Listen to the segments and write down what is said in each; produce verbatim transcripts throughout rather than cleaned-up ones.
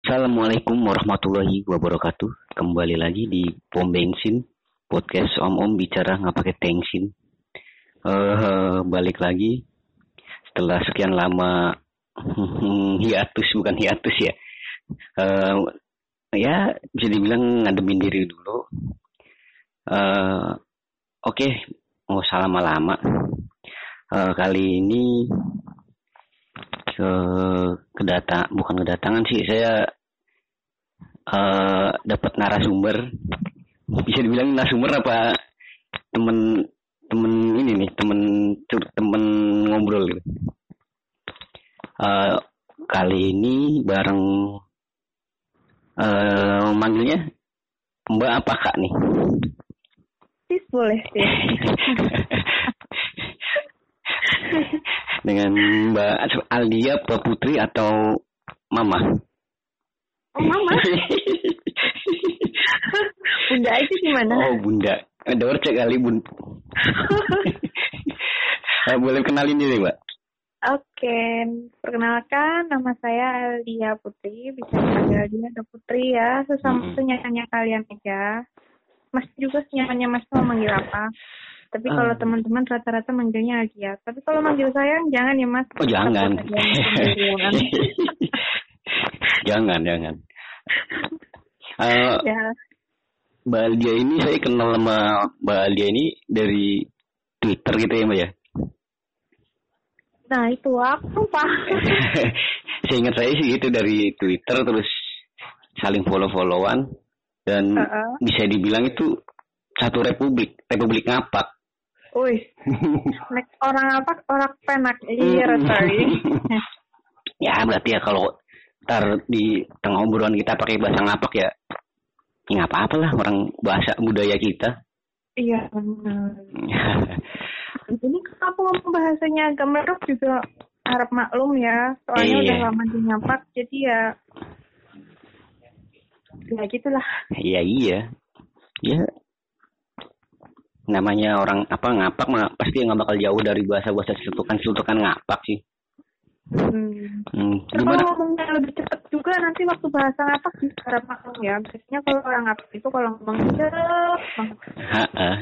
Assalamualaikum warahmatullahi wabarakatuh. Kembali lagi di Pom Bensin Podcast Om-Om bicara nggak pakai tensin. Uh, balik lagi setelah sekian lama hiatus bukan hiatus ya. Uh, ya bisa dibilang ngademin diri dulu. Uh, Oke, okay, nggak usah lama-lama. Uh, kali ini ke kedatang bukan kedatangan sih saya uh, dapat narasumber, bisa dibilang narasumber apa temen temen ini nih temen temen ngobrol gitu. Uh, kali ini bareng uh, manggilnya Mbak apa Kak nih? Sis boleh sih. Dengan Mbak Aldia, Mbak Putri atau Mama? Oh Mama. Bunda aja gimana? Oh Bunda. Ada orcek kali Bun. Boleh kenalin diri Mbak? Oke, perkenalkan nama saya Aldia Putri. Bisa dipanggil Aldia atau Putri ya. Sesama hmm. senyamannya kalian aja. Mas juga senyamannya Mas mau manggil apa? Tapi kalau uh. teman-teman rata-rata manggilnya Aldia. Tapi kalau manggil sayang jangan ya Mas. Oh jangan. jangan, jangan. Uh, ya. Mbak Aldia ini saya kenal sama Mbak Aldia ini dari Twitter gitu ya Mbak ya? Nah itu aku Pak. Saya ingat saya sih itu dari Twitter terus saling follow-followan. Dan uh-uh. bisa dibilang itu satu republik, Republik Ngapak. Wih, orang apa? Orang penak. Iya, sorry. Ya, berarti ya kalau ntar di tengah obrolan kita pakai bahasa Ngapak ya, ya nggak apa-apa lah, orang bahasa budaya kita. Iya, benar. Ini kenapa ngomong bahasanya agak merok juga harap maklum ya, soalnya iya. Udah lama di Ngapak, jadi ya, ya gitulah. Iya, iya. Ya. Namanya orang apa Ngapak mah pasti nggak bakal jauh dari bahasa-bahasa celutukan-celutukan Ngapak sih. Hmm. hmm. Kalau ngomongnya lebih cepat juga nanti waktu bahasa Ngapak bisa harap maklum ya. Biasanya kalau orang Ngapak itu kalau ngomong cepet banget. Heeh.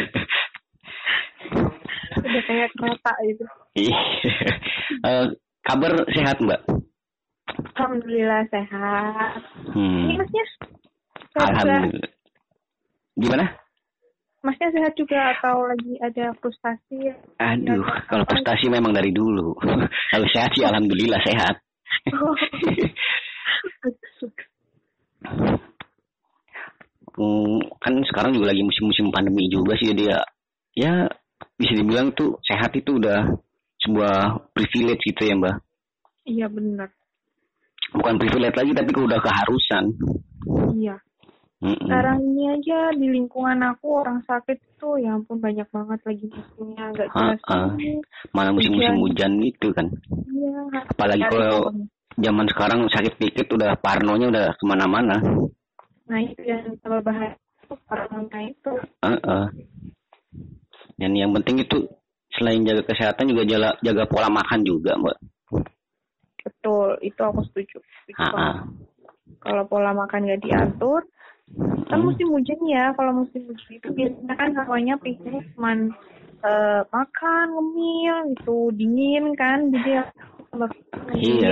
Udah kayak kereta gitu. uh, kabar sehat Mbak? Alhamdulillah sehat. Hmm. Ini Masnya? Alhamdulillah. Gimana? Masnya sehat juga atau lagi ada frustasi? Aduh, ya, kalau frustasi memang dari dulu. Kalau sehat sih alhamdulillah sehat. Oh. hmm, kan sekarang juga lagi musim-musim pandemi juga sih jadi ya, ya bisa dibilang tuh sehat itu udah sebuah privilege gitu ya Mbak. Iya benar. Bukan privilege lagi tapi udah keharusan. Iya. Mm-mm. Sekarang ini aja di lingkungan aku orang sakit tuh ya ampun banyak banget lagi musimnya agak jelas. Malah musim-musim hujan gitu kan. Iya. Apalagi kalau zaman sekarang sakit dikit udah parnonya udah kemana-mana. Nah itu yang tambah bahaya parnonya itu. Uh-uh. Dan yang penting itu selain jaga kesehatan juga jaga, jaga pola makan juga Mbak. Betul, itu aku setuju. setuju Kalau pola makan nggak diatur, kan musim hujan ya. Kalau musim hujan itu biasanya kan hawanya pikir cuman uh, makan, ngemil, itu dingin kan, jadi ya. Iya.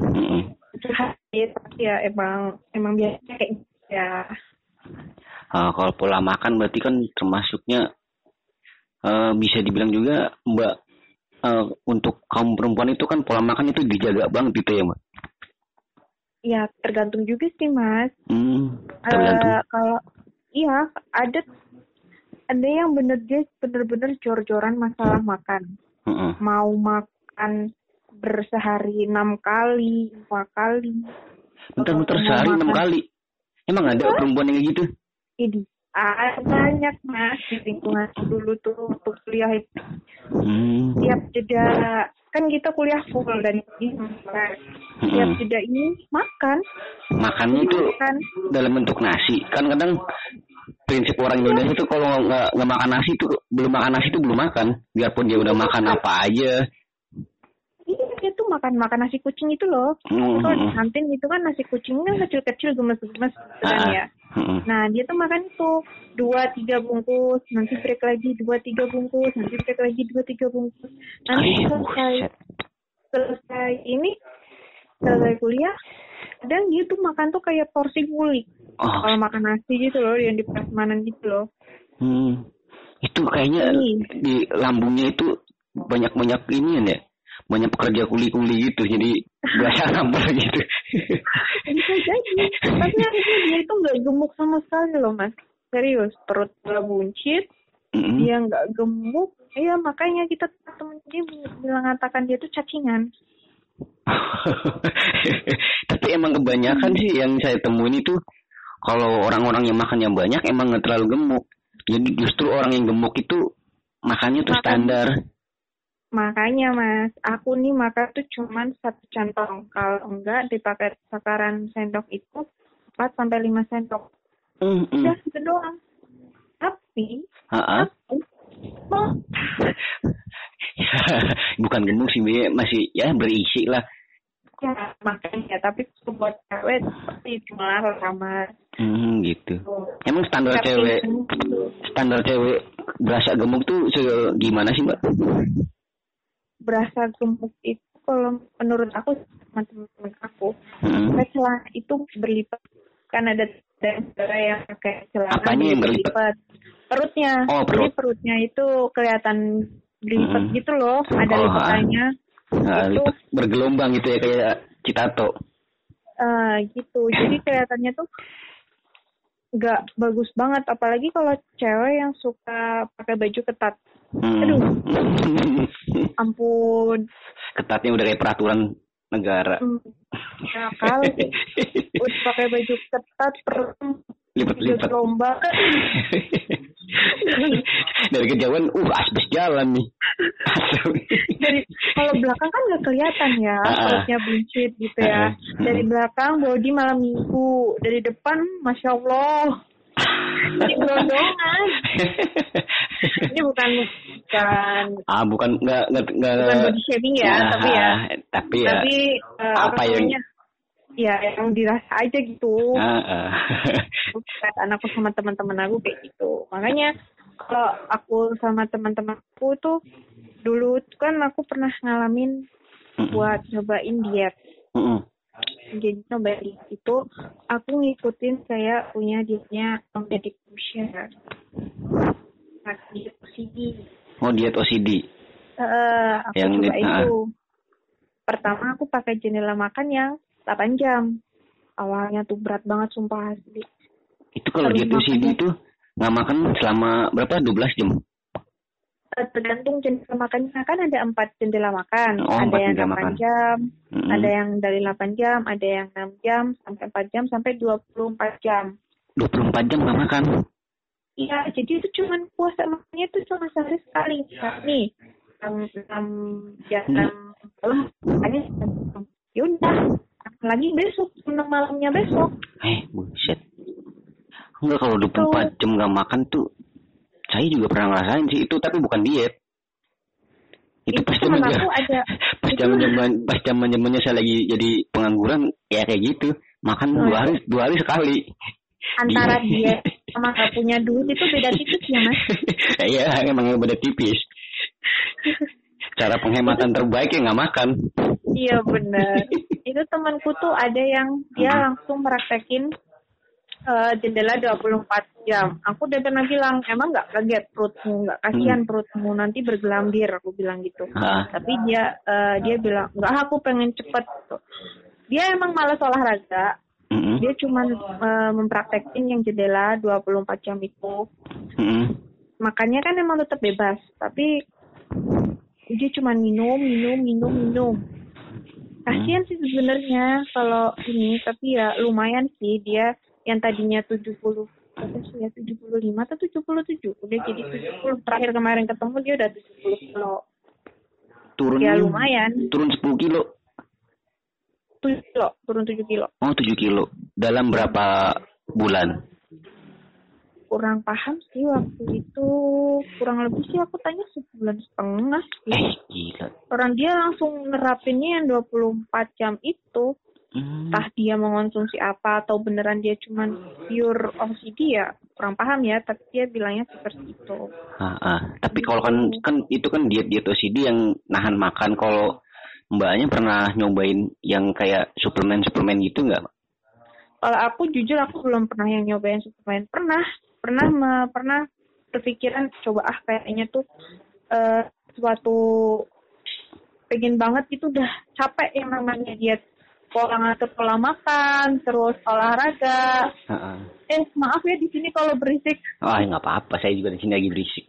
Tapi ya emang emang biasanya kayak gitu ya. Uh, kalau pola makan berarti kan termasuknya uh, bisa dibilang juga Mbak uh, untuk kaum perempuan itu kan pola makan itu dijaga banget gitu ya Mbak. Ya tergantung juga sih Mas. Hmm, tergantung. Uh, kalau iya ada ada yang bener dia bener-bener jor-joran masalah makan. Uh-uh. Mau makan bersehari enam kali, lima kali. Bentar-bentar sehari enam kali. Emang ada ya? Perempuan yang gitu? Ini ah, banyak Mas di lingkungan dulu tuh untuk kuliah itu. Hmm. Tiap jeda kan kita kuliah full dari pagi sampai tiap jeda ini makan. Makannya itu makan dalam bentuk nasi. Kan kadang prinsip orang Indonesia itu kalau nggak nggak makan nasi itu belum makan nasi itu belum makan. Biarpun dia udah makan apa aja. Iya, dia tuh makan makan nasi kucing itu loh. Mm-hmm. Kalau di kantin itu kan nasi kucing kan kecil-kecil gemes-gemes kan Ah. ya. Mm-hmm. Nah dia tuh makan itu dua tiga bungkus, nanti break lagi dua tiga bungkus, nanti break lagi dua tiga bungkus. Nanti Ay, selesai buset. selesai ini selesai kuliah, kadang dia tuh makan tuh kayak porsi gulik. Oh. Kalau makan nasi gitu loh, yang di prasmanan gitu loh. Hmm. Itu kayaknya Ini. di lambungnya itu banyak-banyak ini ya, banyak pekerja kuli-kuli gitu, jadi berasa nambah gitu. Bisa jadi, tapi akhirnya dia itu nggak gemuk sama sekali loh mas. Serius, perut nggak buncit, Mm-hmm. dia nggak gemuk. Iya makanya kita temen dia bilang ngatakan dia tuh cacingan. Tapi emang kebanyakan sih yang saya temuin itu kalau orang-orang yang makannya banyak emang nggak terlalu gemuk. Jadi justru orang yang gemuk itu makannya tuh Makan. standar. Makanya mas, aku nih makan tuh cuman satu centong. Kalau enggak dipakai takaran sendok itu empat sampai lima sendok. Mm-mm. Udah gitu doang. Tapi, Ha-ha. tapi, oh, Bukan gemuk sih, Be. Masih ya berisi lah. ya makanya. Tapi buat cewek seperti cuma sama. Hmm, gitu. Emang standar Tapi, cewek, standar cewek berasa gemuk tuh se- gimana sih, Mbak? berasa gemuk itu kalau menurut aku sama teman-teman aku, Hmm. pakai celana itu berlipat. Kan ada saudara yang pakai celana Apanya yang berlipat? Perutnya. Oh, perut. Jadi perutnya itu kelihatan berlipat Hmm. gitu loh. Ada Oh, lipatannya. Nah, itu lipat bergelombang gitu ya kayak citato. uh, gitu. Jadi kelihatannya tuh nggak bagus banget. Apalagi kalau cewek yang suka pakai baju ketat. Hmm. Aduh. Ampun. Ketatnya udah kayak peraturan negara. Hmm. Ya kali. Udah pakai baju ketat perut Lipat-lipat. lomba. Dari kejauhan, uh asbes jalan nih. Dari kalau belakang kan nggak kelihatan ya, perutnya buncit gitu ya. Dari belakang body malam minggu, dari depan masya Allah. Ini gelondongan. Ini bukan bukan Ah bukan nggak nggak nggak. bukan body shaming ya, Nah, tapi ya. Tapi ya. Tapi uh, apa yang? namanya, ya yang dirasa aja gitu. Ah, ah. Kata aku sama teman-teman aku kayak gitu. Makanya kalau aku sama teman-temanku tuh dulu tuh kan aku pernah ngalamin Mm-mm. buat nyobain diet. Mm-mm. Jadi nyobain diet itu aku ngikutin saya punya dietnya Om Deddy Corbuzier. Nah, diet O C D. Oh diet O C D. Uh, aku Yang coba di- itu. ah. Pertama aku pakai jendela makan yang delapan jam. Awalnya tuh berat banget sumpah asli. Itu kalau Harus diet O C D makannya. itu nggak makan selama berapa? dua belas jam. Eh, tergantung jendela makannya kan ada empat jendela makan. Oh, ada empat yang jendela delapan makan. jam, Mm-mm. ada yang dari delapan jam, ada yang enam jam, sampai empat jam, sampai dua puluh empat jam. dua puluh empat jam nggak makan. Iya, jadi itu cuman puasa makannya itu cuma sehari sekali. Nah, nih, enam enam jam malam, makanya ya udah, lagi besok, enam malamnya besok. Eh, buset. Enggak kalau dua puluh empat jam nggak makan tuh. Saya juga pernah ngerasain sih itu, tapi bukan diet. Itu, Itu pas temen zaman aku ada. pas Itu- zaman zaman pas zaman zamannya saya lagi jadi pengangguran ya kayak gitu, makan Oh, dua iya. hari dua hari sekali. Antara Di- diet sama gak punya duit itu beda tipis ya mas. Iya emang beda tipis. Cara penghematan terbaik ya nggak makan. Iya benar. Itu temanku tuh ada yang dia Hmm. langsung meraktekin uh, jendela dua puluh empat jam. Aku udah pernah bilang, emang nggak kaget perutmu, nggak kasihan perutmu nanti bergelambir, aku bilang gitu. Ah. Tapi dia uh, dia bilang, nggak, aku pengen cepet. Dia emang malas olahraga. Mm-mm. Dia cuma uh, mempraktekin yang jendela dua puluh empat jam itu. Mm-mm. Makannya kan emang tetap bebas, tapi dia cuma minum, minum, minum, minum. Kasian sih sebenarnya kalau ini, tapi ya lumayan sih dia yang tadinya tujuh puluh, apa sih ya, tujuh puluh lima atau tujuh puluh tujuh, udah jadi tujuh puluh. Terakhir kemarin ketemu dia udah tujuh puluh kilo. Turun Ya lumayan. Turun sepuluh kilo. tujuh kilo, turun tujuh kilo. Oh tujuh kilo. Dalam berapa bulan? kurang paham sih waktu itu. Kurang lebih sih aku tanya sebulan setengah sih. Eh, gila. Orang dia langsung nerapinnya yang dua puluh empat jam itu. Hmm. Entah dia mengonsumsi apa atau beneran dia cuman pure O C D ya. Kurang paham ya, tapi dia bilangnya seperti itu. Ah, ah. Tapi kalau kan kan itu kan diet-diet O C D yang nahan makan. Kalau Mbaknya pernah nyobain yang kayak suplemen-suplemen gitu nggak? Kalau aku jujur aku belum pernah yang nyobain suplemen. Pernah, pernah me, pernah berpikiran coba ah kayaknya tuh uh, suatu pengen banget itu udah capek yang namanya diet, pola ngatur pola makan, terus olahraga. Uh-uh. Eh maaf ya di sini kalau berisik. Oh nggak apa-apa, saya juga di sini lagi berisik.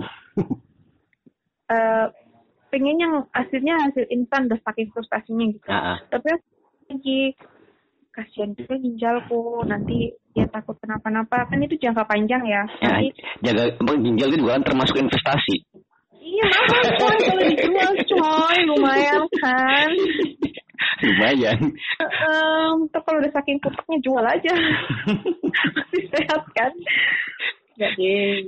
uh, pengen yang hasilnya hasil instan udah saking frustasinya gitu. Uh-uh. Tapi lagi kasihan juga ginjalku, nanti dia takut kenapa-napa, kan itu jangka panjang ya. Ya, nanti jaga ginjal itu juga kan termasuk investasi. Iya mahal coy kalau dijual coy, lumayan kan. Lumayan. Um, Terus kalau udah saking kutuknya jual aja, masih sehat kan? Gak deh.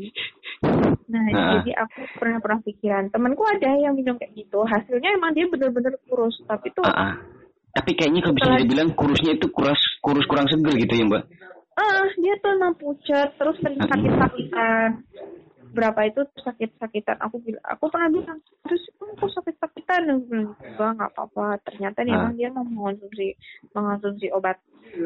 Nah uh. jadi aku pernah pernah pikiran, temanku ada yang minum kayak gitu, hasilnya emang dia bener-bener kurus, tapi tuh. Uh-uh. Tapi kayaknya kalau bisa dibilang kurusnya itu kurus kurus kurang seger gitu ya Mbak? Ah, dia tuh emang pucat, terus sering sakit-sakitan. Berapa itu sakit-sakitan? Aku bilang, aku pernah bilang, terus aku sakit-sakitan. Aku bilang, enggak, nggak apa-apa. Ternyata nih, emang dia mau mengonsumsi mengonsumsi obat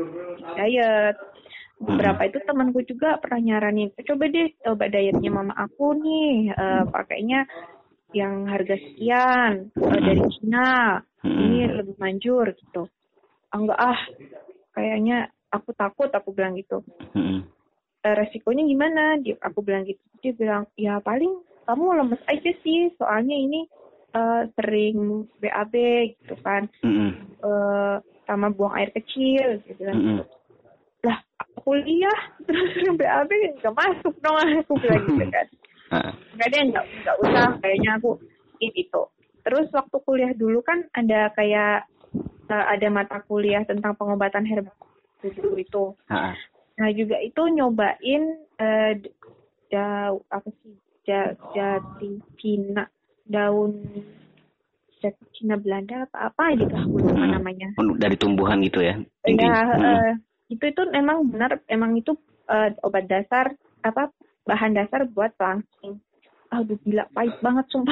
diet. Beberapa itu temanku juga pernah nyaranin, coba deh obat dietnya mama aku nih, uh, pakainya yang harga sekian uh, dari Cina. Ini lebih manjur gitu. Enggak ah, kayaknya aku takut, aku bilang gitu. Hmm. E, resikonya gimana? Dia, aku bilang gitu. Dia bilang, ya paling kamu lemes aja sih, soalnya ini uh, sering B A B gitu kan. Hmm. Uh, sama buang air kecil, gitu kan. Hmm. Lah, aku kuliah terus sering B A B nggak masuk dong, aku bilang gitu kan. Enggak deh, nggak nggak usah, kayaknya aku ini itu. Terus waktu kuliah dulu kan ada kayak uh, ada mata kuliah tentang pengobatan herbal dulu itu. Ha. Nah juga itu nyobain uh, da, apa sih ja, jati Cina, daun jati Cina Belanda apa apa gitu aku lupa namanya. Dari tumbuhan gitu ya? Ya uh, itu itu emang benar emang itu uh, obat dasar apa bahan dasar buat pelangsing. Aduh gila pahit banget sumpah.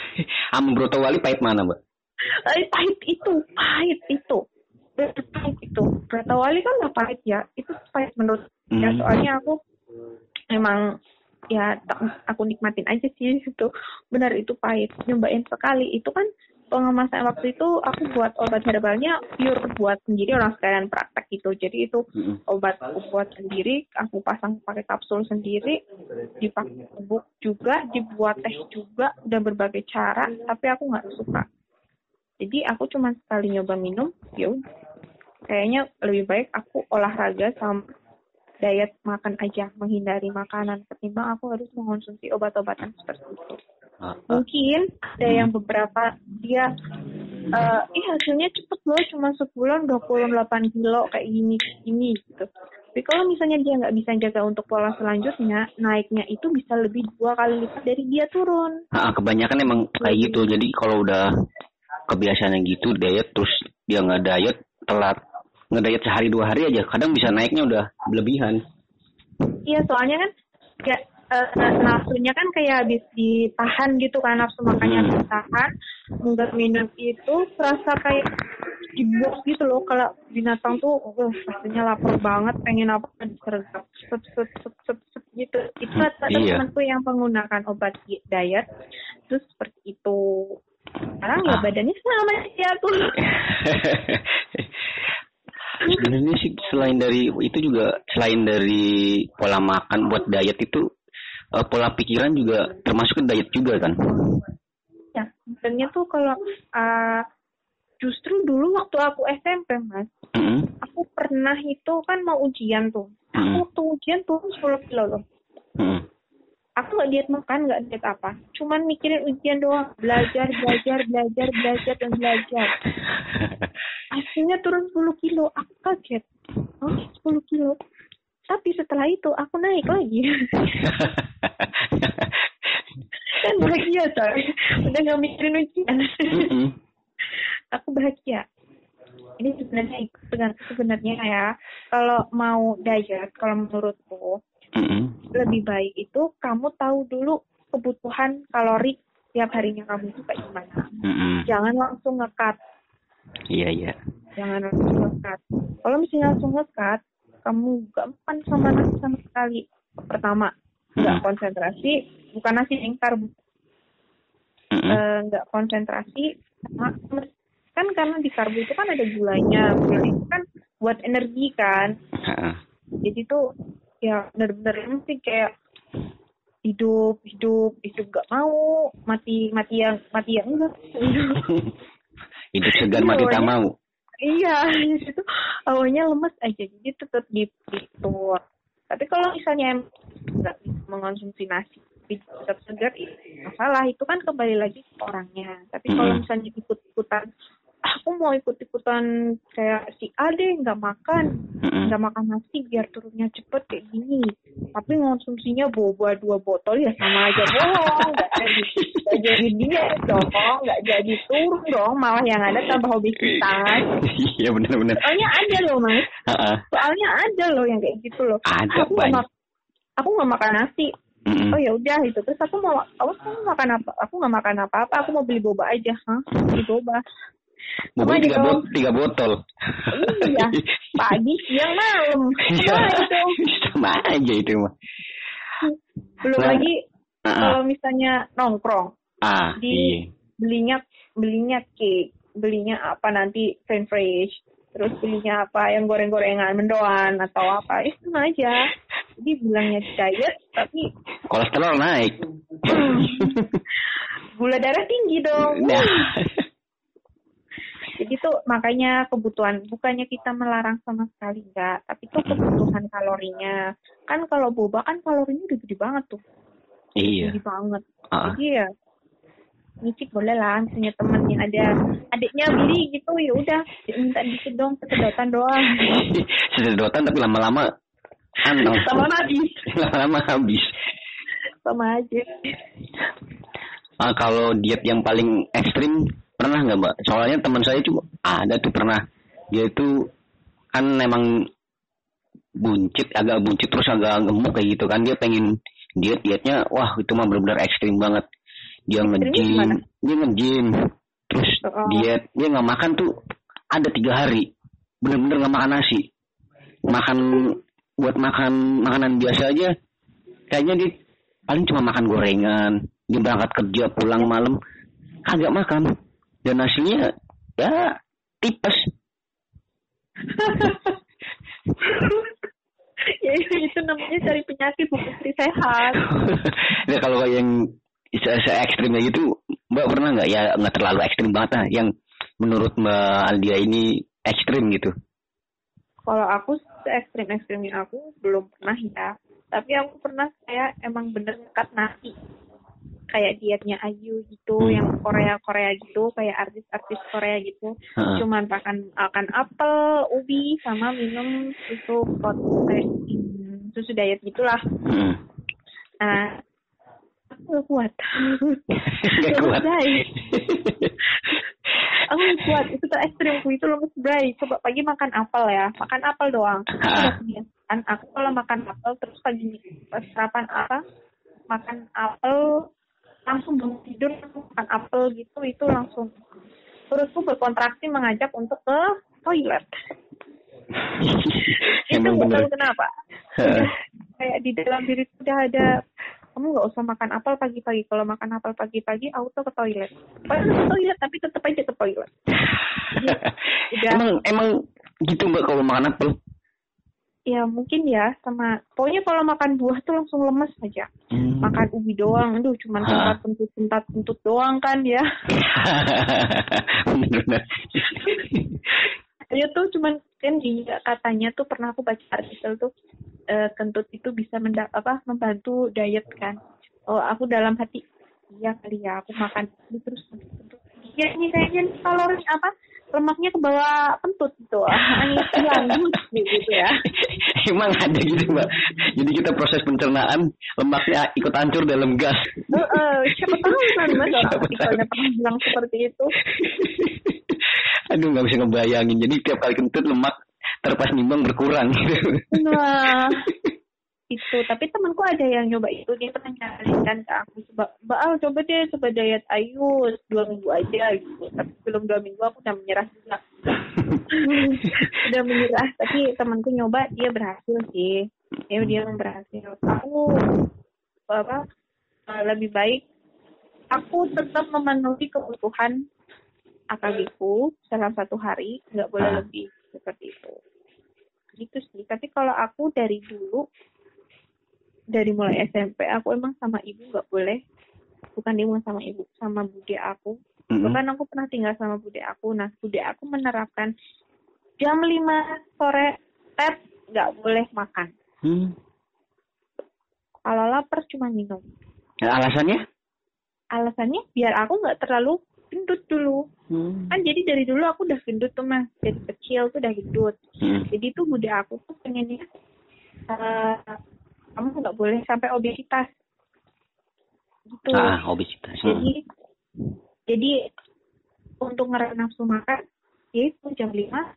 Am Brotowali pahit mana Mbak? Eh, pahit itu, pahit itu, pahit itu. Brotowali kan nggak pahit ya, itu pahit menurut mm. ya soalnya aku emang ya aku nikmatin aja sih itu, benar itu pahit. Nyobain sekali itu kan pengemasan waktu itu aku buat obat herbalnya pure buat sendiri, orang sekalian praktek gitu. Jadi itu mm. obat aku buat sendiri, aku pasang pakai kapsul sendiri, dipakai bubuk juga, dibuat teh juga, udah berbagai cara, tapi aku nggak suka. Jadi aku cuma sekali nyoba minum, yaudah. Kayaknya lebih baik aku olahraga sama diet makan aja, menghindari makanan ketimbang aku harus mengonsumsi obat-obatan seperti itu. Mungkin ada yang beberapa dia, uh, ih hasilnya cepet loh, cuma sebulan dua puluh delapan kilo kayak gini gini gitu. Tapi kalau misalnya dia nggak bisa jaga untuk pola selanjutnya, naiknya itu bisa lebih dua kali lipat dari dia turun. Nah, kebanyakan emang kayak gitu. Jadi kalau udah kebiasaan yang gitu diet terus dia nggak diet telat ngediet sehari dua hari aja kadang bisa naiknya udah berlebihan. Iya soalnya kan ya uh, nafsunya kan kayak habis ditahan gitu kan, nafsu makannya hmm. ditahan, nggak minum itu terasa kayak dibuat gitu loh. Kalau binatang tuh uh, rasanya lapar banget pengen apa disergap set set set set, set gitu. Itu ada iya. temanku yang menggunakan obat diet terus seperti itu. Sekarang ya ah. badannya sama sih aku. Sebenarnya sih selain dari itu juga selain dari pola makan buat diet itu uh, pola pikiran juga termasuk ke diet juga kan? Ya, sebenarnya tuh kalau uh, justru dulu waktu aku S M P mas, mm-hmm. aku pernah itu kan mau ujian tuh. Mm-hmm. Aku waktu ujian turun sepuluh kilo loh. Mm-hmm. Aku nggak diet makan, nggak diet apa, cuman mikirin ujian doang, belajar, belajar, belajar, belajar dan belajar. Hasilnya turun sepuluh kilo, aku kaget. Oh, sepuluh kilo. Tapi setelah itu aku naik lagi. Kan bahagia coy. Udah gak mikirin ujian. Mm-hmm. Aku bahagia. Ini sebenarnya sebenarnya ya, kalau mau diet, kalau menurutku mm-hmm. lebih baik itu kamu tahu dulu kebutuhan kalori tiap harinya kamu itu kayak gimana. Mm-hmm. Jangan langsung nge-cut. Iya iya. Jangan langsung nge-cut. Kalau misalnya langsung nge-cut, kamu gak makan sama nasi sama sekali. Pertama, nggak mm-hmm. konsentrasi, bukan nasi yang karbo. Mm-hmm. E, nggak konsentrasi sama kan karena di karbo itu kan ada gulanya, gula itu kan buat energi kan. Uh. Jadi tuh ya benar-benar mesti kayak hidup hidup hidup gak mau, mati mati yang mati yang enggak. Hidup segan mati tak mau. Iya, itu awalnya lemes aja, jadi tetap ditur. Tapi kalau misalnya nggak bisa mengonsumsi nasi, tetap segar, masalah itu kan kembali lagi ke orangnya. Tapi mm-hmm. kalau misalnya ikut-ikutan, aku mau ikut-ikutan kayak si A deh, nggak makan, mm-hmm. nggak makan nasi biar turunnya cepet kayak gini. Tapi ngonsumsinya boba dua botol ya sama aja bohong, nggak jadi, nggak jadi dia dong, nggak jadi turun dong, malah yang ada tambah obesitas. Iya benar-benar. Soalnya ada loh mas, uh-uh. soalnya ada loh yang kayak gitu loh. Ada aku banyak. Nggak, aku nggak makan nasi. Mm-hmm. Oh ya udah itu terus aku mau, aku makan apa? Aku nggak makan apa-apa, aku mau beli boba aja, hah? Beli boba. Boba tiga, bot- tiga botol. Iya, pagi, siang, malam. Sama itu. Sama aja itu mah. Belum nah, lagi uh-uh. kalau misalnya nongkrong, ah, di iya. belinya belinya cake, belinya apa nanti french fries, terus belinya apa yang goreng-gorengan, mendoan atau apa, itu sama aja. Jadi bilangnya diet, tapi kolesterol naik. Gula darah tinggi dong. Nah. Jadi tuh makanya kebutuhan, bukannya kita melarang sama sekali enggak, tapi tuh kebutuhan kalorinya. Kan kalau boba kan kalorinya udah gede banget tuh. Iya. Gede banget. Uh-uh. Jadi ya nyicip boleh lah, misalnya temen yang ada adiknya beli gitu, ya udah minta dikit dong, sesedotan doang. Sesedotan tapi lama-lama aneh. Sama habis. Lama-lama habis. Sama aja. Ah, kalau diet yang paling ekstrim pernah nggak mbak? Soalnya teman saya cuma ada tuh pernah. Dia itu kan memang buncit, agak buncit terus agak gemuk kayak gitu kan. Dia pengen diet dietnya, wah itu mah benar-benar ekstrim banget. Dia nge-gym, dia nge-gym, terus oh. diet, dia nggak makan tuh ada tiga hari, benar-benar nggak makan nasi. Makan buat makan makanan biasa aja, kayaknya dia paling cuma makan gorengan. Dia berangkat kerja pulang malam kagak makan. Dan hasilnya ya tipes. Ya itu namanya cari penyakit bukan cari sehat. Ya kalau yang se-ekstrimnya gitu, Mbak pernah nggak ya nggak terlalu ekstrim banget lah, yang menurut Mbak Aldia ini ekstrim gitu? Kalau aku se-ekstrim-ekstrimnya aku belum pernah ya. Tapi aku pernah kayak emang bener ngekat nasi. Kayak dietnya Ayu gitu, hmm. yang Korea-Korea gitu, kayak artis-artis Korea gitu. Uh-huh. Cuman makan makan apel, ubi, sama minum susu kayak susu diet gitulah. Uh-huh. Nah, aku gak kuat. Gak kuat. Aku gak kuat, itu tuh ekstrimku, itu lemes bray. Coba pagi makan apel ya, makan apel doang. Uh-huh. Kebiasaan aku kalau makan apel, terus pagi pas sarapan apa, makan apel, langsung bangun tidur makan apel gitu, itu langsung perutku berkontraksi mengajak untuk ke toilet. Itu nggak tahu kenapa. Udah, kayak di dalam diri sudah ada, kamu nggak usah makan apel pagi-pagi. Kalau makan apel pagi-pagi, auto ke toilet. Padahal ke toilet tapi tetap aja ke toilet. Jadi, udah. Emang emang gitu mbak kalau makan apel? Ya mungkin ya, sama pokoknya kalau makan buah tuh langsung lemes aja. Hmm. Makan ubi doang, aduh cuman tempat kentut-kentut kentut doang kan ya. Benar. Ya tuh cuman kan dia katanya tuh pernah aku baca artikel tuh e, kentut itu bisa menda- apa membantu diet kan. Oh aku dalam hati iya kali ya aku makan terus kentut. Iya ini kayaknya kalori apa lemaknya ke bawah kentut gitu. Hanya lanjut gitu ya. Emang ada gitu Mbak. Jadi kita proses pencernaan lemaknya ikut hancur dalam gas. Uh, uh, siapa tahu kan Mas orang artikelnya pernah bilang seperti itu. Aduh nggak bisa ngebayangin. Jadi tiap kali kentut lemak terpas nimbang berkurang. Nah itu, tapi temanku ada yang nyoba itu, dia pernah nyarikan ke aku, coba Mbak Al coba deh coba diet Ayu dua minggu aja gitu, tapi sebelum dua minggu aku udah menyerah juga. Udah menyerah, tapi temanku nyoba dia berhasil sih, ya dia berhasil. Aku apa lebih baik aku tetap memenuhi kebutuhan A K G-ku dalam satu hari, nggak boleh ah. lebih seperti itu. Gitu sih. Tapi kalau aku dari dulu, dari mulai S M P, aku emang sama ibu nggak boleh, bukan dia sama ibu, sama bude aku. Mm-hmm. Bahkan aku pernah tinggal sama bude aku. Nah, bude aku menerapkan jam lima sore tet nggak boleh makan. Hmm. Kalau lapar cuma minum. Nah, alasannya? Alasannya biar aku nggak terlalu gendut dulu. Hmm. Kan jadi dari dulu aku udah gendut tuh Mas. Dari kecil tuh udah gendut. Hmm. Jadi tuh bude aku tuh pengennya uh, kamu nggak boleh sampai obesitas. Gitu. Ah, obesitas. Jadi hmm. jadi untuk ngerak nafsu makan, ya itu jam lima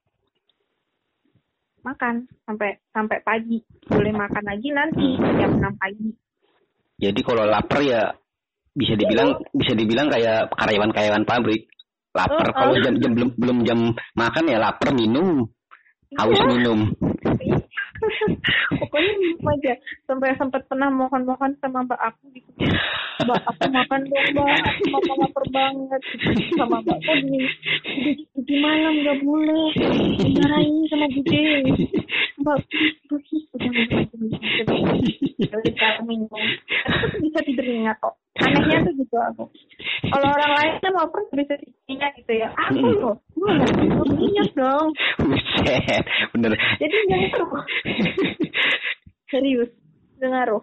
makan sampai sampai pagi. Boleh makan lagi nanti hmm. jam enam pagi. Jadi kalau lapar ya bisa dibilang ya. bisa dibilang kayak karyawan-karyawan pabrik. Lapar uh, kalau jam, jam belum belum jam makan ya lapar minum. Haus ya. minum. Pokoknya minum aja. Sampai sempat pernah mohon-mohon sama mbak aku gitu. Mbak aku makan dong mbak. Aku makan lapar banget. Sama mbak aku di di malam nggak boleh. Dimarahin sama bude. Mbak please udah udah minum. Itu bisa diterima kok. Anehnya tuh gitu aku. Kalau orang lain kan mau pun bisa diingat gitu ya. Aku loh, gue nggak ingat dong. Buset, bener. Jadi nggak ngaruh. Serius, nggak ngaruh.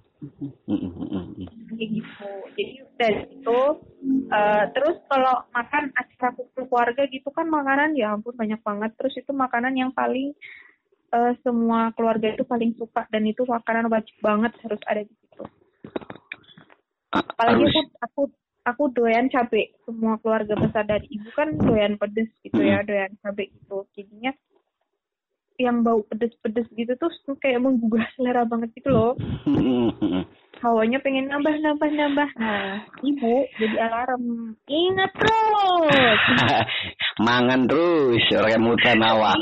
Kayak gitu. Jadi dari itu, uh, terus kalau makan acara kumpul keluarga gitu kan makanan ya ampun banyak banget. Terus itu makanan yang paling uh, semua keluarga itu paling suka dan itu makanan wajib banget harus ada di situ. Apalagi aku, aku aku doyan cabai. Semua keluarga besar dari ibu kan doyan pedes gitu ya, doyan cabai gitu. Jadinya yang bau pedes-pedes gitu tuh kayak menggugah selera banget gitu loh. Hawanya pengen nambah-nambah-nambah. Nah, ibu jadi alarm. Ingat terus. Mangan terus, orang muta nawa.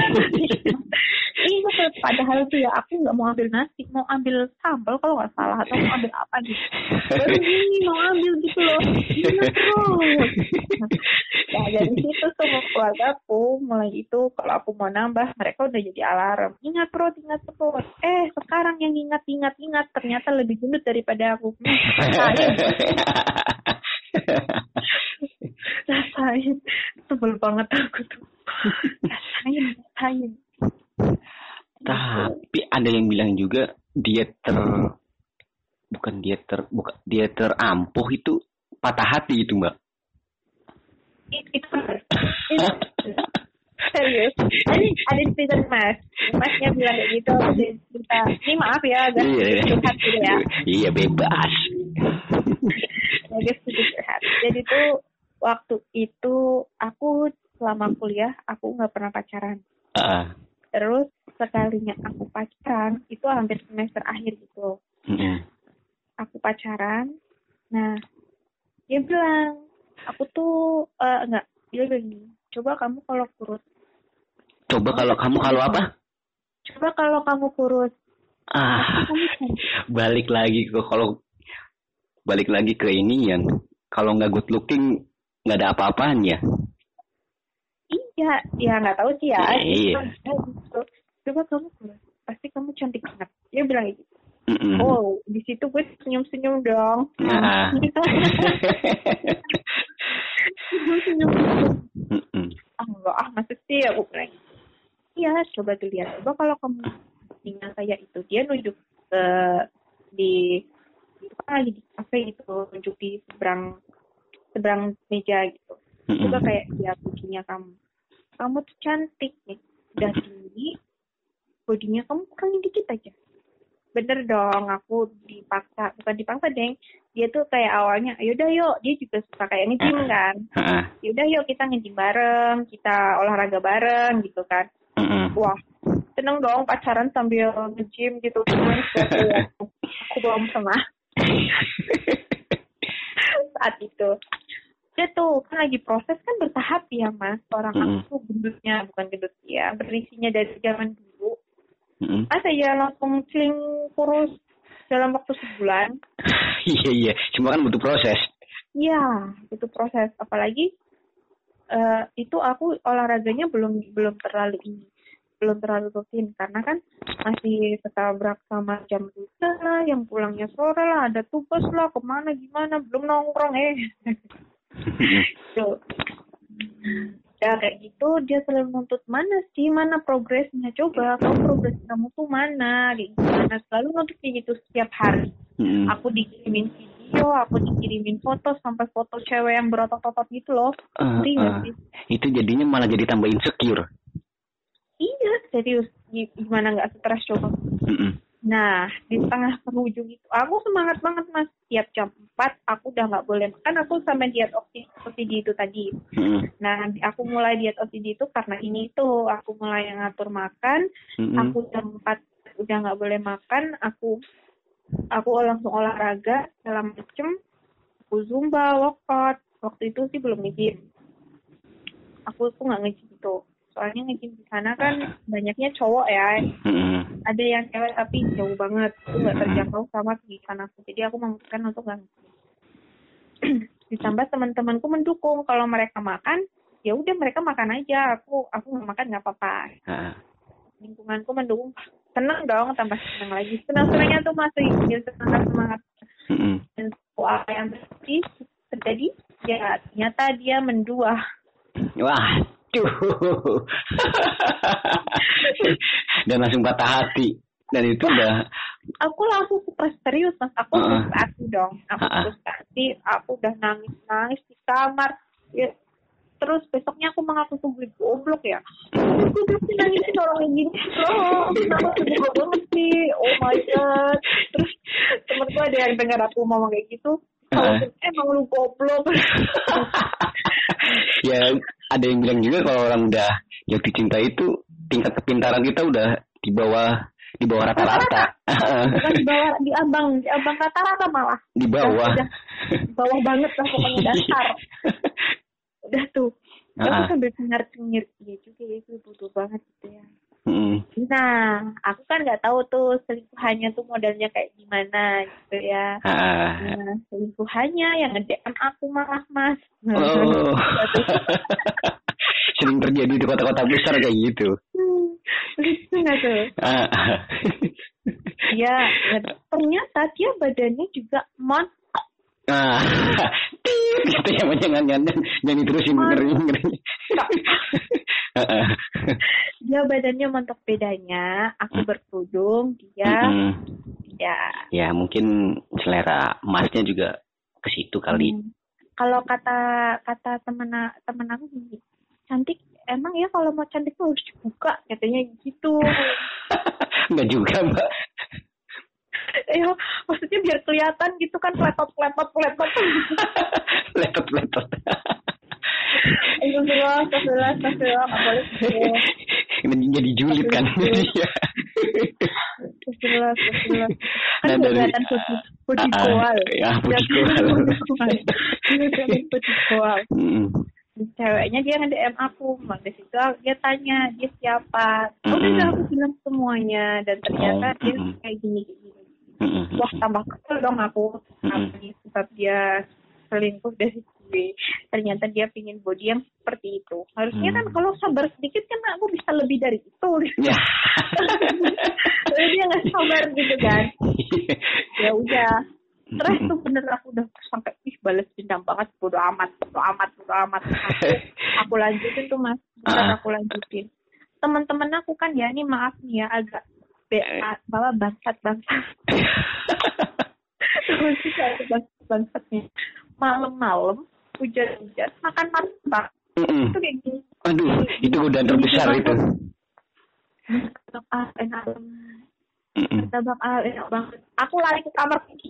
Iya, padahal tuh ya aku nggak mau ambil nasi, mau ambil sambal kalau nggak salah atau mau ambil apa gitu. Baru ini mau ambil gitu loh. Ingat terus. Nah dari situ semua keluargaku mulai itu kalau aku mau nambah mereka udah jadi alarm. Ingat terus, ingat terus. Eh sekarang yang ingat, ingat, ingat ternyata lebih gendut daripada aku. Rasain. Rasain. Sebel banget aku tuh. Rasain, rasain. Tapi ada yang bilang juga diet ter bukan diet ter bukan diet terampuh itu patah hati itu Mbak. Itu serius. Ini ada cerita Mas. Masnya bilang kayak gitu aku cerita. Ini maaf ya agak curhat gitu ya. Iya bebas. Agak sedikit curhat. Jadi tuh waktu itu aku selama kuliah aku nggak pernah pacaran. Uh. Terus sekalinya aku pacaran itu hampir semester akhir gitu. Mm-hmm. Aku pacaran. Nah, dia bilang, aku tuh uh, enggak, dia bilang, coba kamu kalau kurus. Coba kalau kamu kalau apa? Coba kalau kamu kurus. Ah, balik lagi ke kalau balik lagi ke ini yang kalau nggak good looking nggak ada apa-apanya. Iya, ya nggak tahu sih ya. Iya. Coba kamu pasti kamu cantik banget. Dia bilang gitu. Mm-mm. Oh, di situ gue senyum-senyum dong. Nah. Senyum-senyum. Ah enggak, ah masa sih aku bilang. Iya, coba dilihat. Coba kalau kamu tinggal kayak itu, dia nunjuk ke di itu kan lagi di kafe gitu, nunjuk di seberang seberang meja gitu. Juga kayak dia bodinya kamu. Kamu tuh cantik nih, udah tinggi, bodinya kamu kurangin dikit aja. Bener dong, aku dipaksa, bukan dipaksa deng. Dia tuh kayak awalnya, yaudah yuk, dia juga suka kayak nge-gym kan. Yaudah yuk kita nge-gym bareng, kita olahraga bareng gitu kan. Wah, seneng dong pacaran sambil nge-gym gitu. Cuman aku belum pernah. Saat itu. Dia tuh kan lagi proses kan bertahap ya mas. Orang Mm-hmm. aku gendutnya, bukan gendut ya, berisinya dari zaman dulu. Mm-hmm. Masa ya langsung cling kurus dalam waktu sebulan. Iya iya, cuma kan butuh proses. Iya, butuh proses. Apalagi uh, itu aku olahraganya belum belum terlalu ini, belum terlalu rutin karena kan masih ketabrak sama jam kerja lah, yang pulangnya sore lah, ada tugas lah, kemana gimana, belum nongkrong eh. Tuh. Ya kayak gitu dia selalu nuntut mana sih, mana progresnya, coba kamu progres kamu tuh mana, kayak gimana, selalu nuntut kayak gitu setiap hari. Hmm. Aku dikirimin video, aku dikirimin foto, sampai foto cewek yang berotot-otot gitu loh. Uh, uh, itu jadinya malah jadi tambah insecure. Iya serius, gimana nggak stres coba. Mm-mm. Nah, di tengah penghujung itu, aku semangat banget mas. Tiap jam empat, aku udah nggak boleh makan. Aku sampai diet O C D itu tadi. Hmm. Nah, aku mulai diet O C D itu karena ini tuh. Aku mulai ngatur makan. Hmm. Aku jam empat udah nggak boleh makan. Aku aku langsung olahraga, segala macem. Aku zumba, workout. Waktu itu sih belum nge-gym. Aku tuh nggak nge-gym tuh. Soalnya nge-gym di sana kan banyaknya cowok ya. Hmm. Ada yang cewek tapi jauh banget, itu nggak terjangkau sama kegiatan aku. Jadi aku memutuskan untuk nggak. Ditambah teman-temanku mendukung, kalau mereka makan, ya udah mereka makan aja. Aku aku nggak makan nggak apa-apa. Uh. Lingkunganku mendukung, senang dong, tambah senang lagi. Senang-senangnya tuh masih ya, semangat semangat. Uh-uh. Dan apa yang terjadi, terjadi ya ternyata dia mendua. Wah. Dan langsung patah hati. Dan itu udah aku langsung super serius mas. Aku uh-uh. frustasi dong. Aku uh-uh. frustasi. Aku udah nangis-nangis di kamar ya. Terus besoknya aku mengaku publik goblok ya. Aku udah nangisin orang kayak gini loh. Kenapa sedih banget sih. Oh my god. Terus temenku ada yang dengar aku ngomong kayak gitu. Uh-uh. Emang lu goblok. Ya ada yang bilang juga kalau orang udah jatuh cinta itu tingkat kepintaran kita udah di bawah di bawah rata-rata. Bukan di bawah, di abang, di abang rata-rata malah. Di bawah. Udah, di bawah banget lah pokoknya dasar. Udah tuh. Aku uh-uh. sambil cengar-cengir, iya juga ya itu butuh banget gitu ya. Hmm. Nah, aku kan nggak tahu tuh selingkuhannya tuh modelnya kayak gimana gitu ya. Uh. Nah, selingkuhannya yang nge-D M aku malah mas. Oh. Sering terjadi di kota-kota besar kayak gitu. Hmm. Lucu nggak tuh? Uh. Ya, ternyata dia badannya juga mon. Ah, gitu ya, jangan jangan jangan diterusin ngeri-ngeri. Dia badannya montok, bedanya aku berkerudung, dia mm-hmm. ya. Ya mungkin selera masnya juga ke situ kali. Hmm. Kalau kata kata temen temen aku gini, cantik emang ya kalau mau cantik tuh harus dibuka katanya gitu. Enggak juga mbak. Ya, maksudnya biar kelihatan gitu kan, peletot-peletot peletot. Peletot-peletot. Ayo jelas, jelas, jelas, apa boleh. Ini jadi julid kan. Jelas, jelas. Kan kelihatan body body koal. Ya, body koal. Body koal. Ceweknya dia nge-D M aku, dari situ dia tanya dia siapa. Udah aku bilang semuanya dan ternyata dia kayak gini gini. Mm-hmm. Wah tambah kesel dong aku mm-hmm. sebab dia selingkuh dari gue. Ternyata dia pingin body yang seperti itu. Harusnya mm. kan kalau sabar sedikit kan aku bisa lebih dari itu. Yeah. Tapi dia nggak sabar gitu kan. Ya udah. Stres tuh bener, aku udah sampai ih balas dendam banget, bodo amat, bodo amat, bodo amat. Aku, aku lanjutin tuh mas, bener aku lanjutin. Teman-teman aku kan ya ini maaf nih ya agak B A bawa bangsat-bangsat. Terus juga ada bangsat-bangsatnya. Malam-malam hujan-hujan makan martabak. Mm-mm. Itu kayak gini. Aduh, itu godaan terbesar itu. Martabak ah, enak banget. Martabak ah, enak banget. Aku lari ke kamar pergi.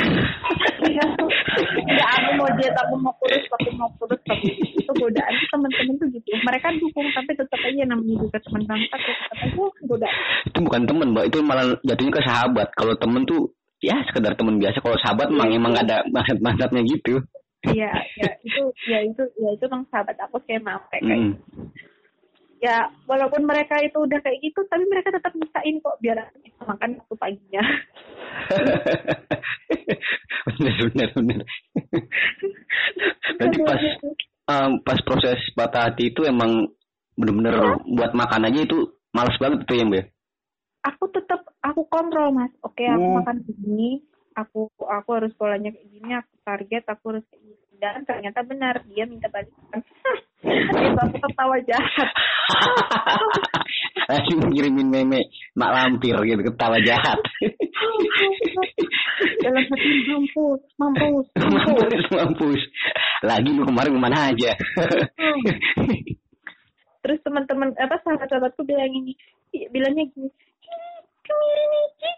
Ya aku mau diet, aku mau kurus, aku mau kurus, tapi itu godaan teman-teman tuh gitu. Mereka dukung tapi tetap aja namanya juga teman bangsat ya, tetap aja godaan. Itu bukan teman, Mbak, itu malah jatuhnya ke sahabat. Kalau teman tuh ya sekedar teman biasa. Kalau sahabat ya, emang emang ada banget-bangetnya gitu. Iya, ya itu ya itu ya itu emang sahabat aku sih emang mereka. Mm. Ya walaupun mereka itu udah kayak gitu, tapi mereka tetap misain kok biar bisa makan waktu paginya. bener bener bener. Nanti pas um, pas proses patah hati itu emang bener-bener ya. Buat makan aja itu malas banget tuh ya Mbak. Aku tetap aku kontrol Mas. Oke aku hmm. makan begini, aku aku harus polanya kayak gini, aku target aku harus kayak gini. Dan ternyata benar dia minta balikan. Itu aku ketawa jahat. Langsung ngirimin meme mak lampir gitu, ketawa jahat. Dalam hati mampus, mampus, mampus, mampus. Lagi lu kemarin kemana aja? Terus teman-teman apa sahabat-sahabatku bilang ini, bilangnya gini, kemiri nih,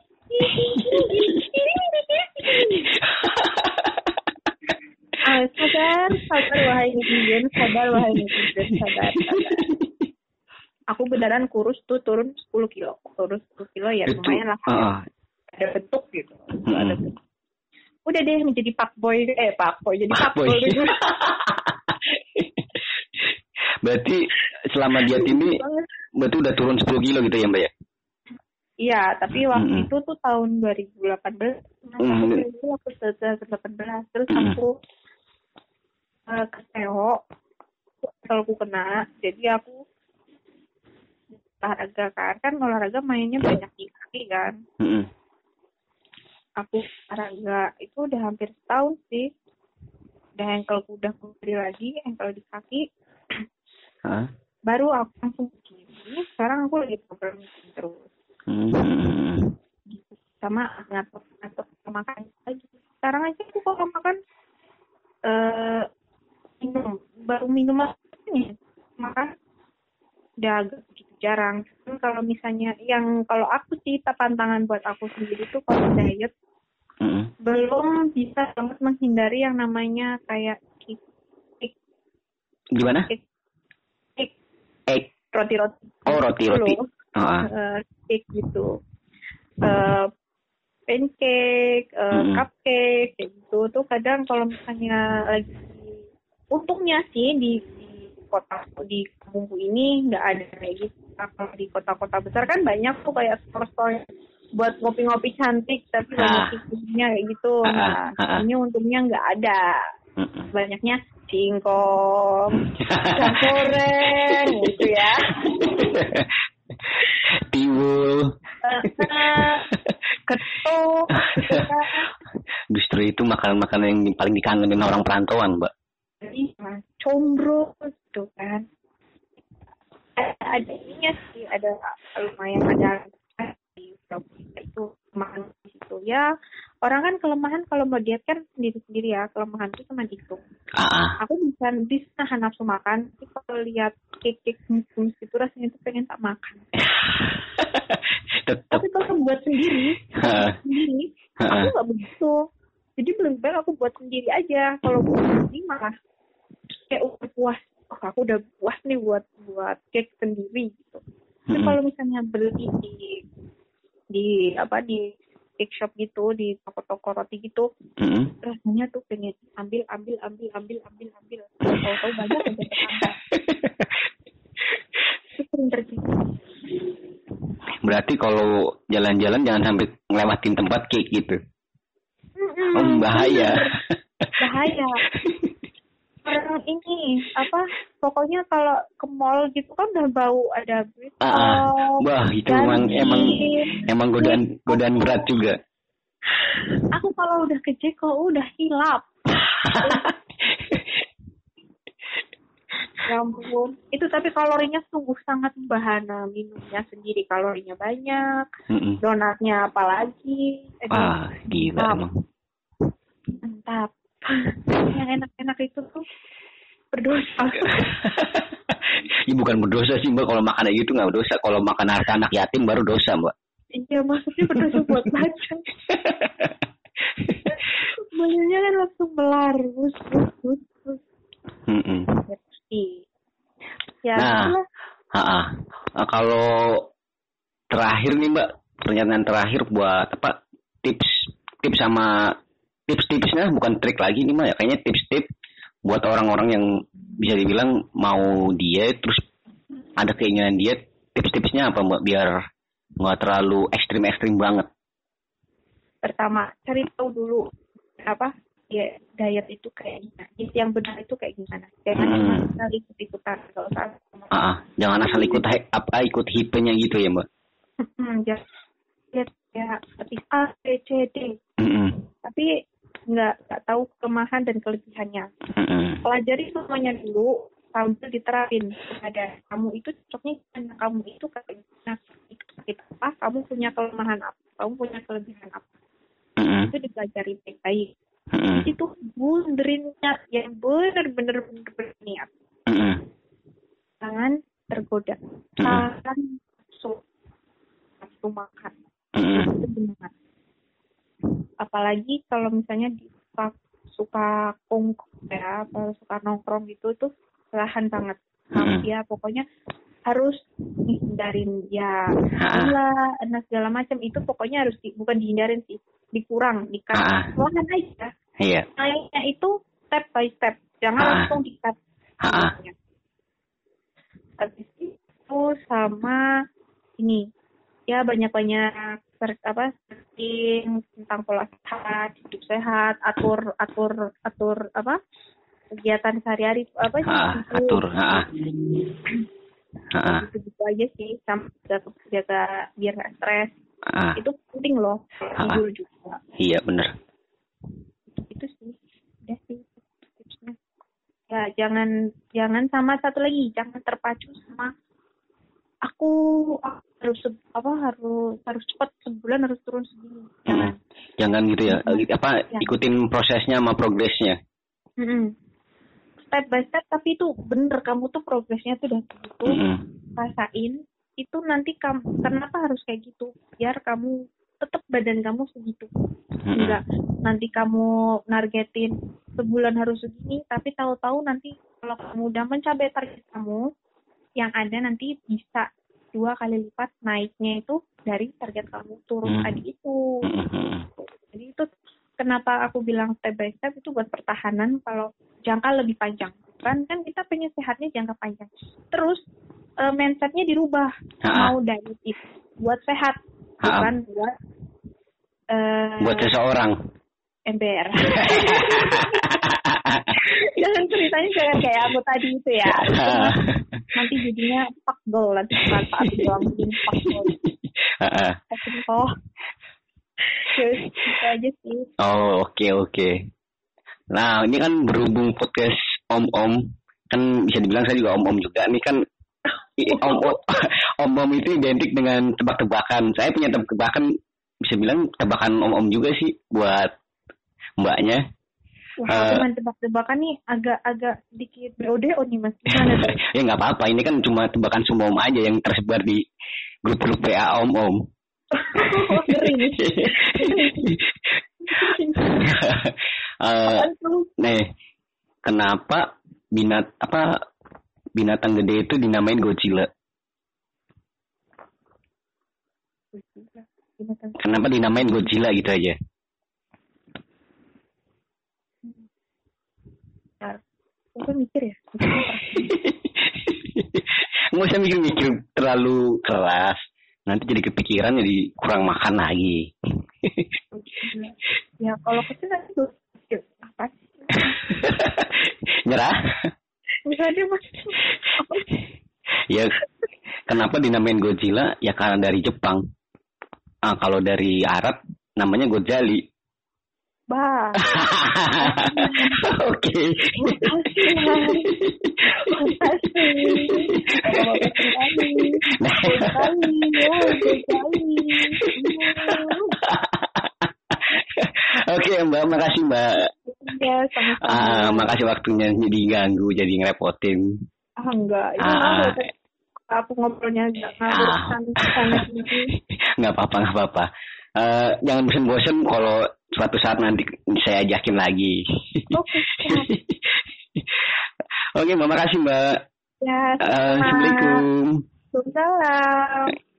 Ah, sadar, sadar wahai netizen, sadar wahai netizen, sadar, sadar. Aku beneran kurus tuh, turun sepuluh kilo. Turun sepuluh kilo ya itu, lumayan lah. Uh, ada bentuk gitu. Hmm. Ada bentuk. Udah deh menjadi fuckboy, eh fuckboy, jadi fuckboy gitu. Berarti selama diet ini, berarti udah turun sepuluh kilo gitu ya Mbak ya? Iya, tapi waktu mm-hmm. itu tuh tahun dua ribu delapan belas. Mm-hmm. Itu waktu dua ribu delapan belas. Terus mm-hmm. aku uh, ke S E O, kalau aku kena, jadi aku olahraga kan, kan olahraga mainnya banyak di kaki kan. Mm-hmm. Aku olahraga itu udah hampir setahun sih. Udah ankleku udah kembali lagi, ankle di kaki. Huh? Baru aku langsung begini. Sekarang aku lagi program terus. Hmm. Sama ngatur ngatur makan lagi. Sekarang aja aku kalau makan uh, minum baru minum nih makan udah agak begitu jarang. Dan kalau misalnya yang kalau aku sih tantangan buat aku sendiri tuh kalau diet hmm. belum bisa banget menghindari yang namanya kayak cake. cake. Gimana? Cake. Cake. Cake. Roti-roti. Oh roti-roti. Uh, uh, cake gitu, uh, pancake, uh, mm-hmm. cupcake, kayak gitu tuh kadang kalau misalnya lagi untungnya sih di, di kota di kampungku ini nggak ada kayak gitu. Kalau di kota-kota besar kan banyak tuh kayak store-store buat ngopi-ngopi cantik tapi banyak tikusnya kayak gitu. Nah, ini untungnya nggak ada. Banyaknya singkong, pisang goreng gitu ya. Tiwul, ketuk, justru itu makanan-makanan yang paling dikangenin orang perantauan, Mbak. Jadi combro gitu kan. Ada ininya sih, ada lumayan ada di itu makan di situ ya. Orang kan kelemahan kalau mau diet kan sendiri-sendiri ya, kelemahan itu cuma itu. Ah. Aku bisa bisa nahan nafsu makan, tapi kalau lihat cake-cake mus itu rasanya tuh pengen tak makan. Tapi kalau buat sendiri, sendiri, aku nggak begitu. Jadi lebih baik aku buat sendiri aja. Kalau buat sendiri malah kayak udah puas. Oh, aku udah puas nih buat buat cake sendiri gitu. Tapi mm-hmm. kalau misalnya beli di di apa di cake shop gitu, di toko-toko roti gitu, mm-hmm. rasanya tuh pengen ambil, ambil, ambil, ambil, ambil, ambil. Tahu-tahu banyak yang terambah. Itu sering terjadi. Berarti kalau jalan-jalan jangan sampai ngelewatin tempat cake gitu. Mm-hmm. Oh, bahaya. Bahaya. Orang ini apa? Pokoknya kalau ke mall gitu kan udah bau ada Bristol. Ah, wah itu emang emang emang godaan godaan berat juga. Aku kalau udah ke Jeko udah hilap. Ya ampun. Itu tapi kalorinya sungguh sangat membahana. Minumnya sendiri kalorinya banyak. Mm-mm. Donatnya apalagi. Wah gila emang. Mantap. yang enak-enak itu tuh berdosa. Ya bukan berdosa sih Mbak, kalau makan kayak gitu nggak berdosa. Kalau makan harta anak yatim baru dosa Mbak. Iya maksudnya berdosa buat baca. Banyaknya kan langsung melar, bus bus bus bus. Mm-mm. Ya, nah, ha-ha. Nah, kalau terakhir nih Mbak, pernyataan terakhir buat apa? Tips, tips sama tips-tipsnya bukan trik lagi nih Mbak ya, kayaknya tips-tips buat orang-orang yang bisa dibilang mau diet terus ada keinginan diet, tips-tipsnya apa Mbak biar nggak terlalu ekstrim-ekstrim banget? Pertama, cari tahu dulu apa ya diet itu kayak gimana, diet yang benar itu kayak gimana. Jangan hmm. asal ikut-ikutan, kalau salah. Ah, jangan asal ikut apa ikut hipenya gitu ya Mbak. Hmm, ya, ya seperti A, B, C, D. Mm-hmm. Tapi nggak nggak tahu kelemahan dan kelebihannya. Mm-hmm. Pelajari semuanya dulu sambil diterapin kepada kamu itu cocoknya karena kamu itu kayak nah, itu sakit apa, kamu punya kelemahan apa, kamu punya kelebihan apa. Mm-hmm. Itu dipelajari baik-baik. Mm-hmm. Itu benerin niat yang bener-bener bener niat. Mm-hmm. Jangan tergoda. Mm-hmm. Jangan so nafsu makan. Mm-hmm. Itu benar. Apalagi kalau misalnya di, suka suka kongko ya, atau suka nongkrong gitu tuh lahan banget. Mm-hmm. Ya pokoknya harus dihindarin ya gula, enak segala macam itu pokoknya harus di, bukan dihindarin sih, dikurang, dikat lahan aja. Iya. Naiknya itu step by step, jangan Ha-ha. langsung dikat. Habis itu sama ini ya banyak-banyak apa searching tentang pola sehat, hidup sehat, atur atur atur apa kegiatan sehari-hari apa sih itu atur ha gitu aja sih sama jaga, jaga biar nggak stres. Ha-ha. Itu penting loh tidur juga. Iya benar. Itu sih udah sih tipsnya. Ya jangan jangan sama satu lagi jangan terpacu sama aku, aku harus apa harus harus cepat sebulan harus turun segini. Jangan. Hmm. Jangan gitu ya. Apa ya. Ikutin prosesnya sama progresnya. Mm-mm. Step by step tapi itu bener kamu tuh progresnya tuh udah gitu. Mm-hmm. Rasain itu nanti kamu kenapa harus kayak gitu? Biar kamu tetap badan kamu segitu. Mm-hmm. Enggak nanti kamu nargetin sebulan harus segini tapi tahu-tahu nanti kalau kamu udah mencapai target kamu yang ada nanti bisa dua kali lipat naiknya itu dari target kamu turun hmm. tadi itu. Hmm. Jadi itu kenapa aku bilang step by step itu buat pertahanan kalau jangka lebih panjang. Kan kan kita pengen sehatnya jangka panjang. Terus uh, mindsetnya dirubah. Ha-ha. Mau diet itu buat sehat, Ha-ha. bukan buat uh, buat seseorang. Ember. Jangan ceritanya jangan kayak aku tadi itu ya. Nanti jadinya pakgol nanti manfaat doang bikin pakgol. Heeh. Oh. Terus itu aja sih. Oh, oke okay, oke. Okay. Nah, ini kan berhubung podcast om-om, kan bisa dibilang saya juga om-om juga. Ini kan om-om om-om itu identik dengan tebak-tebakan. Saya punya tebak-tebakan bisa bilang tebakan om-om juga sih buat mbaknya. Wah, uh, tebak-tebakan nih agak-agak sedikit B O D O nih mas. Gimana tuh? Ya nggak apa-apa, ini kan cuma tebakan semua om aja yang tersebar di grup-grup W A om-om. uh, nih, kenapa binat apa binatang gede itu dinamain Godzilla? Binatang. Kenapa dinamain Godzilla gitu aja? Aku mikir ya. Nggak usah mikir-mikir terlalu keras. Nanti jadi kepikiran jadi kurang makan lagi. Ya kalau kecil nanti kecil apa sih? Nyerah? Misalnya mas. Ya kenapa dinamain Godzilla? Ya karena dari Jepang. Ah kalau dari Arab namanya Godzali. Bah. Oke. Oke Mbak, makasih Mbak. Ya, sama-sama. Ah, makasih waktunya jadi ganggu, jadi ngerepotin. Ah, enggak. Ini Ah, aku ngobrolnya agak ngabur ah, sana sini. nggak apa-apa, nggak apa-apa. Uh, jangan bosan-bosan kalau suatu saat nanti saya ajakin lagi. Oke. Oke, Mbak, makasih Mbak. Ya, Uh, sama. Assalamualaikum. Waalaikumsalam.